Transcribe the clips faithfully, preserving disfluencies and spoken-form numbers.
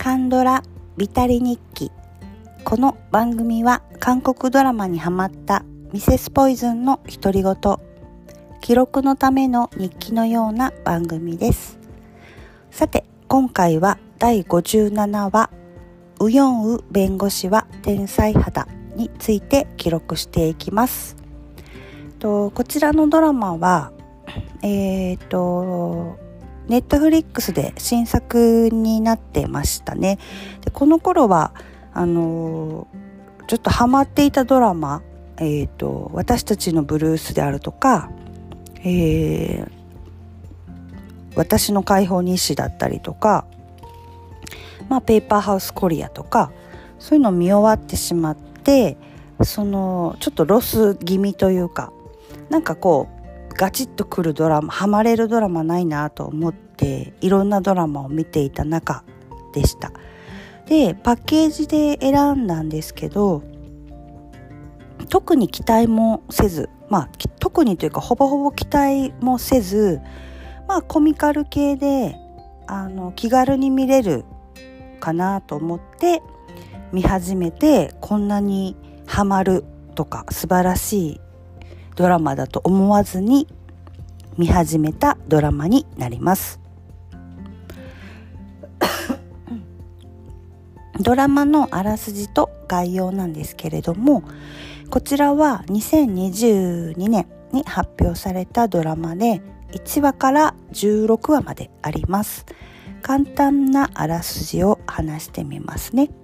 カンドラビタリ日記。この番組は韓国ドラマにハマったミセスポイズンの独り言、記録のための日記のような番組です。さて、今回はだいごじゅうななわウヨンウ弁護士は天才肌について記録していきます。とこちらのドラマはえーとネットフリックスで新作になってましたね。でこの頃はあのー、ちょっとハマっていたドラマ、えーと私たちのブルースであるとか、えー、私の解放日誌だったりとか、まあ、ペーパーハウスコリアとかそういうのを見終わってしまって、そのちょっとロス気味というか、なんかこうガチッとくるドラマ、ハマれるドラマないなと思っていろんなドラマを見ていた中でした。でパッケージで選んだんですけど、特に期待もせず、まあ特にというかほぼほぼ期待もせず、まあコミカル系であの気軽に見れるかなと思って見始めて、こんなにハマるとか素晴らしいドラマだと思わずに見始めたドラマになります。ドラマのあらすじと概要なんですけれども、こちらはにせんにじゅうにねんに発表されたドラマでいちわからじゅうろくわまであります。簡単なあらすじを話してみますね。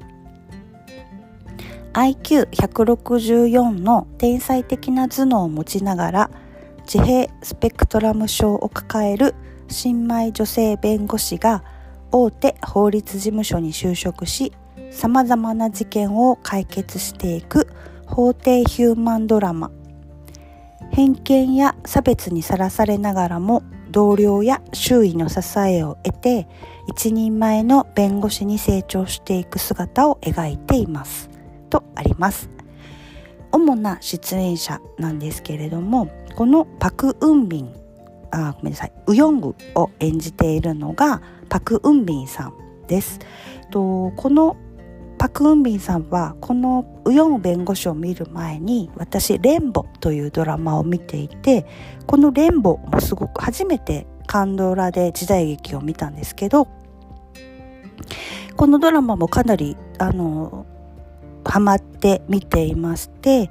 アイキューひゃくろくじゅうよん の天才的な頭脳を持ちながら自閉スペクトラム症を抱える新米女性弁護士が大手法律事務所に就職し、さまざまな事件を解決していく法廷ヒューマンドラマ。偏見や差別にさらされながらも同僚や周囲の支えを得て一人前の弁護士に成長していく姿を描いていますとあります。主な出演者なんですけれども、このパク・ウンビンあごめんなさいウヨングを演じているのがパク・ウンビンさんです。とこのパク・ウンビンさんはこのウヨンウ弁護士を見る前に私レンボというドラマを見ていて、このレンボもすごく初めてカンドラで時代劇を見たんですけど、このドラマもかなりあのハマって見ていまして、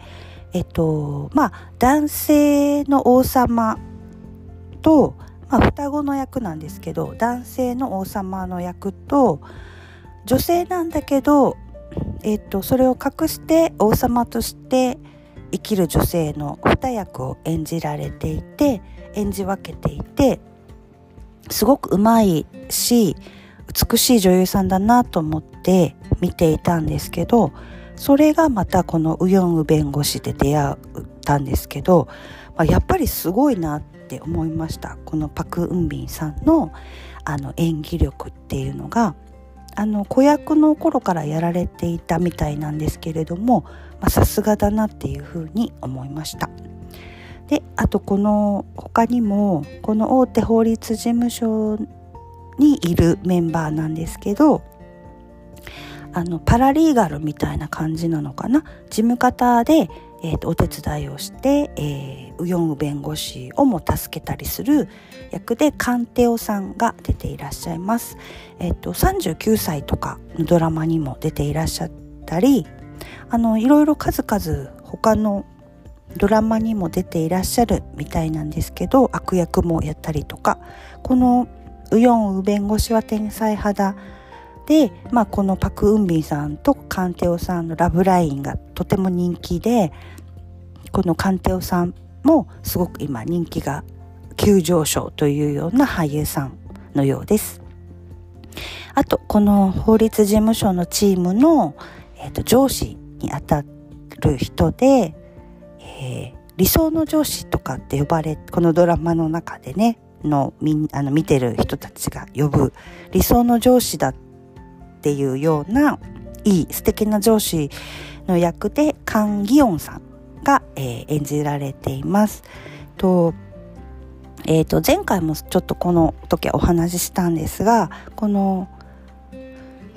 えっとまあ男性の王様と、まあ、双子の役なんですけど、男性の王様の役と女性なんだけど、えっとそれを隠して王様として生きる女性の二役を演じられていて、演じ分けていて、すごくうまいし美しい女優さんだなと思って見ていたんですけど、それがまたこのウヨンウ弁護士で出会ったんですけど、まあ、やっぱりすごいなって思いました。このパク・ウンビンさんのあの演技力っていうのが、あの子役の頃からやられていたみたいなんですけれども、さすがだなっていうふうに思いました。で、あとこの他にもこの大手法律事務所にいるメンバーなんですけど、あのパラリーガルみたいな感じなのかな、事務方で、えー、とお手伝いをして、えー、ウヨンウ弁護士をも助けたりする役でカンテオさんが出ていらっしゃいます。えー、とさんじゅうきゅうさいとかのドラマにも出ていらっしゃったり、あのいろいろ数々他のドラマにも出ていらっしゃるみたいなんですけど、悪役もやったりとか、このウヨンウ弁護士は天才肌で、まあ、このパク・ウンビンさんとカンテオさんのラブラインがとても人気で、このカンテオさんもすごく今人気が急上昇というような俳優さんのようです。あとこの法律事務所のチームの、えーと、上司にあたる人で、えー、理想の上司とかって呼ばれ、このドラマの中でねのみんあの見てる人たちが呼ぶ理想の上司だっていうようないい素敵な上司の役でカン・ギヨンさんが、えー、演じられています。とえー、と前回もちょっとこの時はお話ししたんですが、この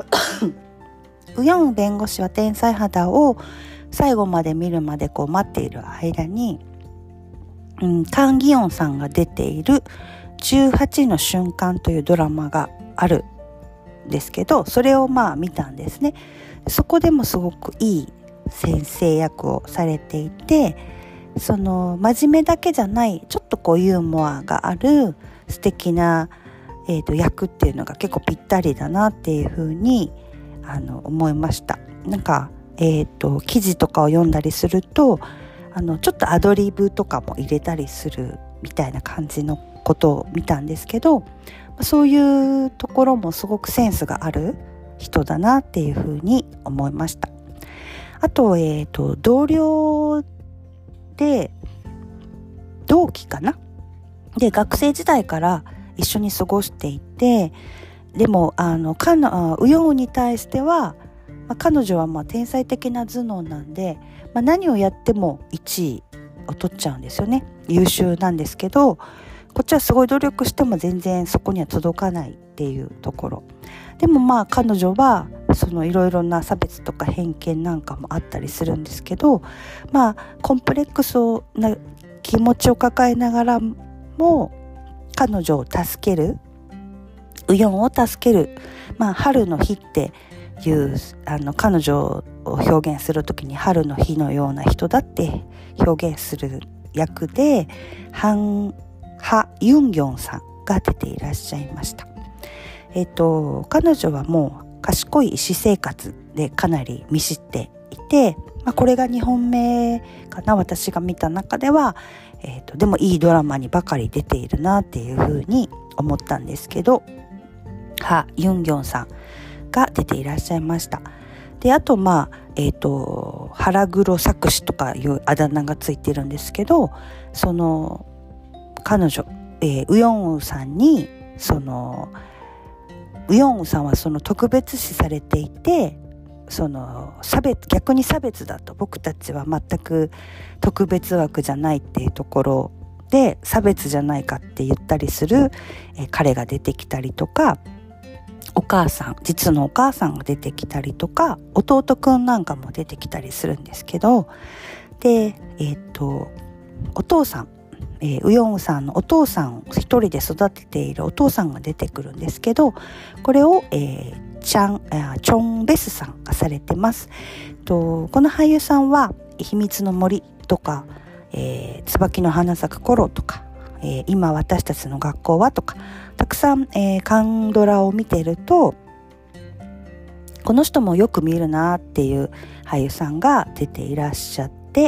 ウヨン弁護士は天才肌を最後まで見るまでこう待っている間に、うん、カン・ギヨンさんが出ているじゅうはちの瞬間というドラマがあるんですけど、それをまあ見たんですね。そこでもすごくいい先生役をされていて、その真面目だけじゃないちょっとこうユーモアがある素敵な、えーと、役っていうのが結構ぴったりだなっていうふうにあの思いました。なんか、えーと、記事とかを読んだりすると、あのちょっとアドリブとかも入れたりするみたいな感じのことを見たんですけど、そういうところもすごくセンスがある人だなっていうふうに思いました。あと、えーと、同僚で同期かなで学生時代から一緒に過ごしていて、でもあのかのウヨンに対しては、まあ、彼女はまあ天才的な頭脳なんで、まあ、何をやってもいちいを取っちゃうんですよね。優秀なんですけど、こっちはすごい努力しても全然そこには届かないっていうところでも、まあ彼女はそのいろいろな差別とか偏見なんかもあったりするんですけど、まあコンプレックスをな気持ちを抱えながらも彼女を助ける、ウヨンを助ける、まあ春の日っていうあの彼女を表現するときに春の日のような人だって表現する役でハン・ハ・ユンギョンさんが出ていらっしゃいました。えっと彼女はもう賢い私生活でかなり見知っていて、まあ、これがにほんめかな、私が見た中では、えっとでもいいドラマにばかり出ているなっていうふうに思ったんですけど、ハ・ユンギョンさんが出ていらっしゃいました。であとまあえっと腹黒作詞とかいうあだ名がついてるんですけど、その彼女、えー、ウヨンウさんにそのウヨンウさんはその特別視されていて、その差別逆に差別だと、僕たちは全く特別枠じゃないっていうところで差別じゃないかって言ったりする、えー、彼が出てきたりとか、お母さん実のお母さんが出てきたりとか、弟くんなんかも出てきたりするんですけど、でえっとお父さん、えー、ウヨンウさんのお父さんを一人で育てているお父さんが出てくるんですけど、これを、えー、チャン、あ、チョンベスさんがされてます。とこの俳優さんは秘密の森とか、えー、椿の花咲く頃とか、えー、今私たちの学校はとか、たくさん、えー、カンドラを見てるとこの人もよく見るなっていう俳優さんが出ていらっしゃって、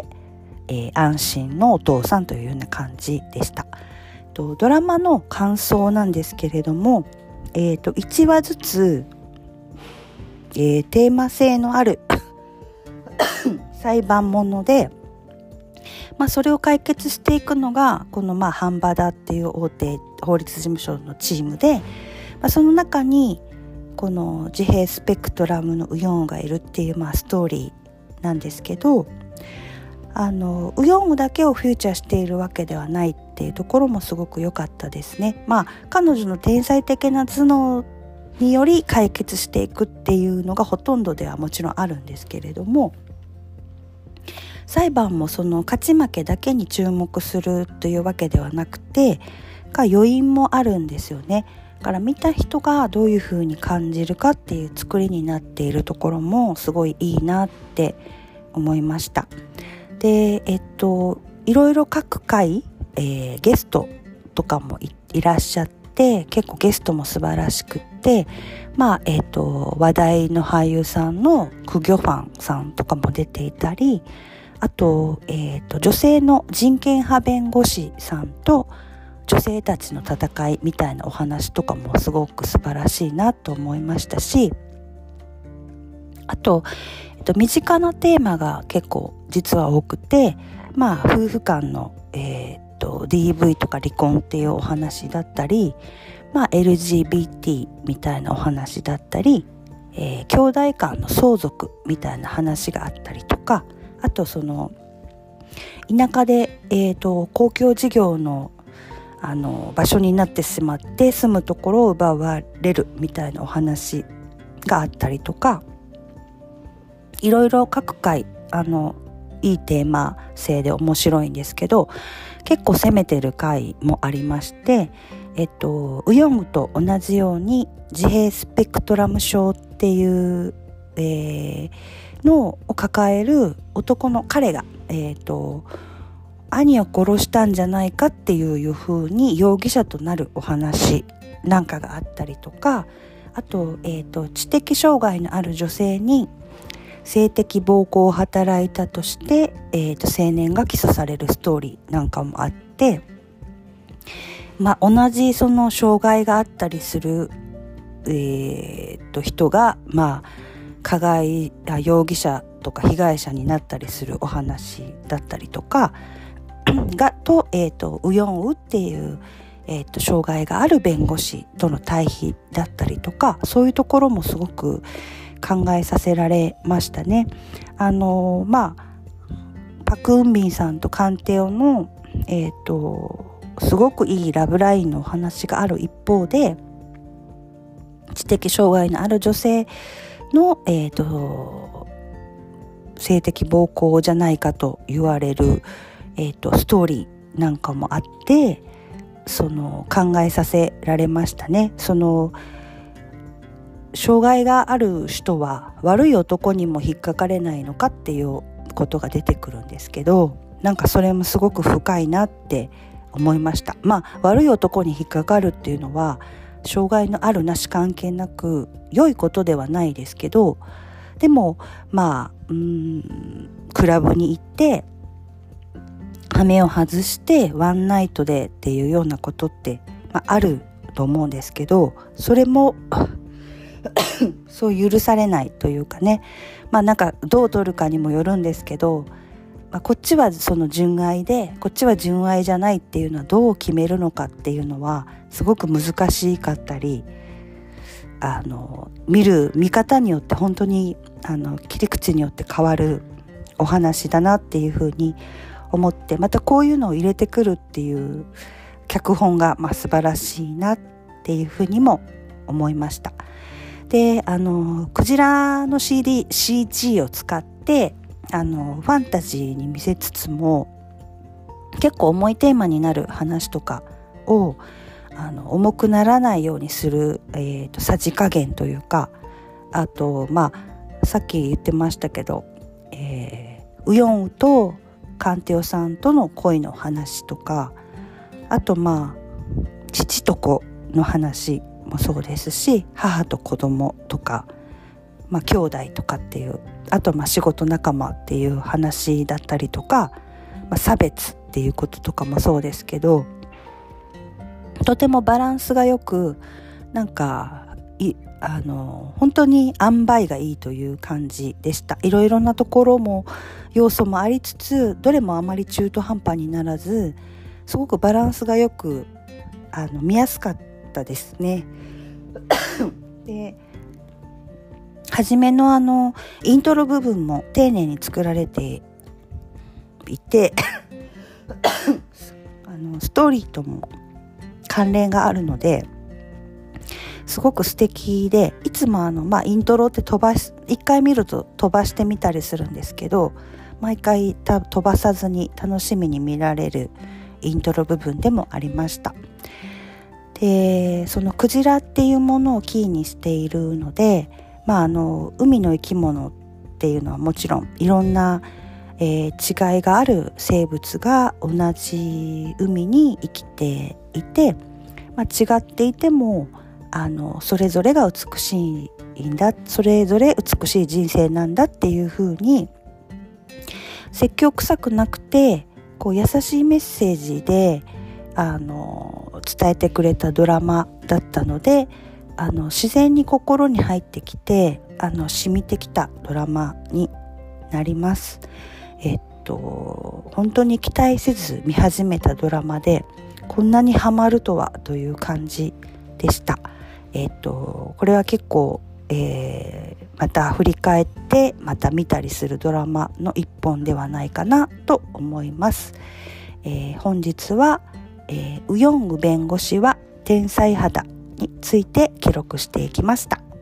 えー、安心のお父さんというような感じでした。とドラマの感想なんですけれども、えー、といちわずつ、えー、テーマ性のある裁判もので、まあ、それを解決していくのがこのまあハンバダっていう大手法律事務所のチームで、まあ、その中にこの自閉スペクトラムのウヨンウがいるっていうまあストーリーなんですけど、あのウヨンウだけをフューチャーしているわけではないっていうところもすごく良かったですね。まあ彼女の天才的な頭脳により解決していくっていうのがほとんどではもちろんあるんですけれども、裁判もその勝ち負けだけに注目するというわけではなくて、余韻もあるんですよね。だから見た人がどういう風に感じるかっていう作りになっているところもすごいいいなって思いました。で、えっといろいろ各回、えー、ゲストとかも い, いらっしゃって、結構ゲストも素晴らしくって、まあえっと話題の俳優さんのクギョファンさんとかも出ていたり、あと、えーと、女性の人権派弁護士さんと女性たちの戦いみたいなお話とかもすごく素晴らしいなと思いましたし、あと、えーと、身近なテーマが結構実は多くて、まあ夫婦間の、えーと、ディーブイ とか離婚っていうお話だったり、まあ エルジービーティー みたいなお話だったり、えー、兄弟間の相続みたいな話があったりとか、あとその田舎で、えーと、公共事業の、あの場所になってしまって住むところを奪われるみたいなお話があったりとか、いろいろ各回あのいいテーマ性で面白いんですけど、結構攻めてる回もありまして、えっと、ウヨンウと同じように自閉スペクトラム症っていう、えー、のを抱える男の彼が、えっと、兄を殺したんじゃないかっていう風に容疑者となるお話なんかがあったりとか、あと、えっと、知的障害のある女性に性的暴行を働いたとして、えー、と青年が起訴されるストーリーなんかもあって、まあ、同じその障害があったりする、えー、と人が、まあ、加害容疑者とか被害者になったりするお話だったりとかがと、えー、とウヨンウっていう、えー、と障害がある弁護士との対比だったりとか、そういうところもすごく考えさせられましたね。あのまあパク・ウンビンさんとカンテオの、えー、とすごくいいラブラインのお話がある一方で、知的障害のある女性の、えー、と性的暴行じゃないかと言われる、えー、とストーリーなんかもあって、その考えさせられましたね。その障害がある人は悪い男にも引っかかれないのかっていうことが出てくるんですけど、なんかそれもすごく深いなって思いました。まあ悪い男に引っかかるっていうのは障害のあるなし関係なく良いことではないですけど、でもまあうーんクラブに行って羽目を外してワンナイトでっていうようなことって、まあ、あると思うんですけど、それもそう許されないというかね、まあなんかどう取るかにもよるんですけど、まあ、こっちはその純愛でこっちは純愛じゃないっていうのはどう決めるのかっていうのはすごく難しかったり、あの見る見方によって本当にあの切り口によって変わるお話だなっていうふうに思って、またこういうのを入れてくるっていう脚本がまあ素晴らしいなっていうふうにも思いました。で、あのクジラの シーディー、シージー を使ってあのファンタジーに見せつつも結構重いテーマになる話とかをあの重くならないようにする、えーと、さじ加減というか、あとまあさっき言ってましたけど、えー、ウヨンウとカンテオさんとの恋の話とか、あとまあ父と子の話もそうですし、母と子供とか、まあ、兄弟とかっていう、あとまあ仕事仲間っていう話だったりとか、まあ、差別っていうこととかもそうですけど、とてもバランスがよく、なんかいあの本当に塩梅がいいという感じでした。いろいろなところも要素もありつつ、どれもあまり中途半端にならず、すごくバランスがよくあの見やすかったですね。で、初めのあのイントロ部分も丁寧に作られていてあのストーリーとも関連があるのですごく素敵で、いつもあの、まあ、イントロって飛ばし一回見ると飛ばしてみたりするんですけど、毎回た飛ばさずに楽しみに見られるイントロ部分でもありました。で、そのクジラっていうものをキーにしているので、まあ、あの海の生き物っていうのはもちろんいろんな、えー、違いがある生物が同じ海に生きていて、まあ、違っていてもあのそれぞれが美しいんだ、それぞれ美しい人生なんだっていう風に説教臭くなくて、こう優しいメッセージであの伝えてくれたドラマだったので、あの自然に心に入ってきてあの染みてきたドラマになります。えっと本当に期待せず見始めたドラマでこんなにハマるとはという感じでした。えっとこれは結構、えー、また振り返ってまた見たりするドラマの一本ではないかなと思います。えー、本日は、えー、ウヨンウ弁護士は天才肌について記録していきました。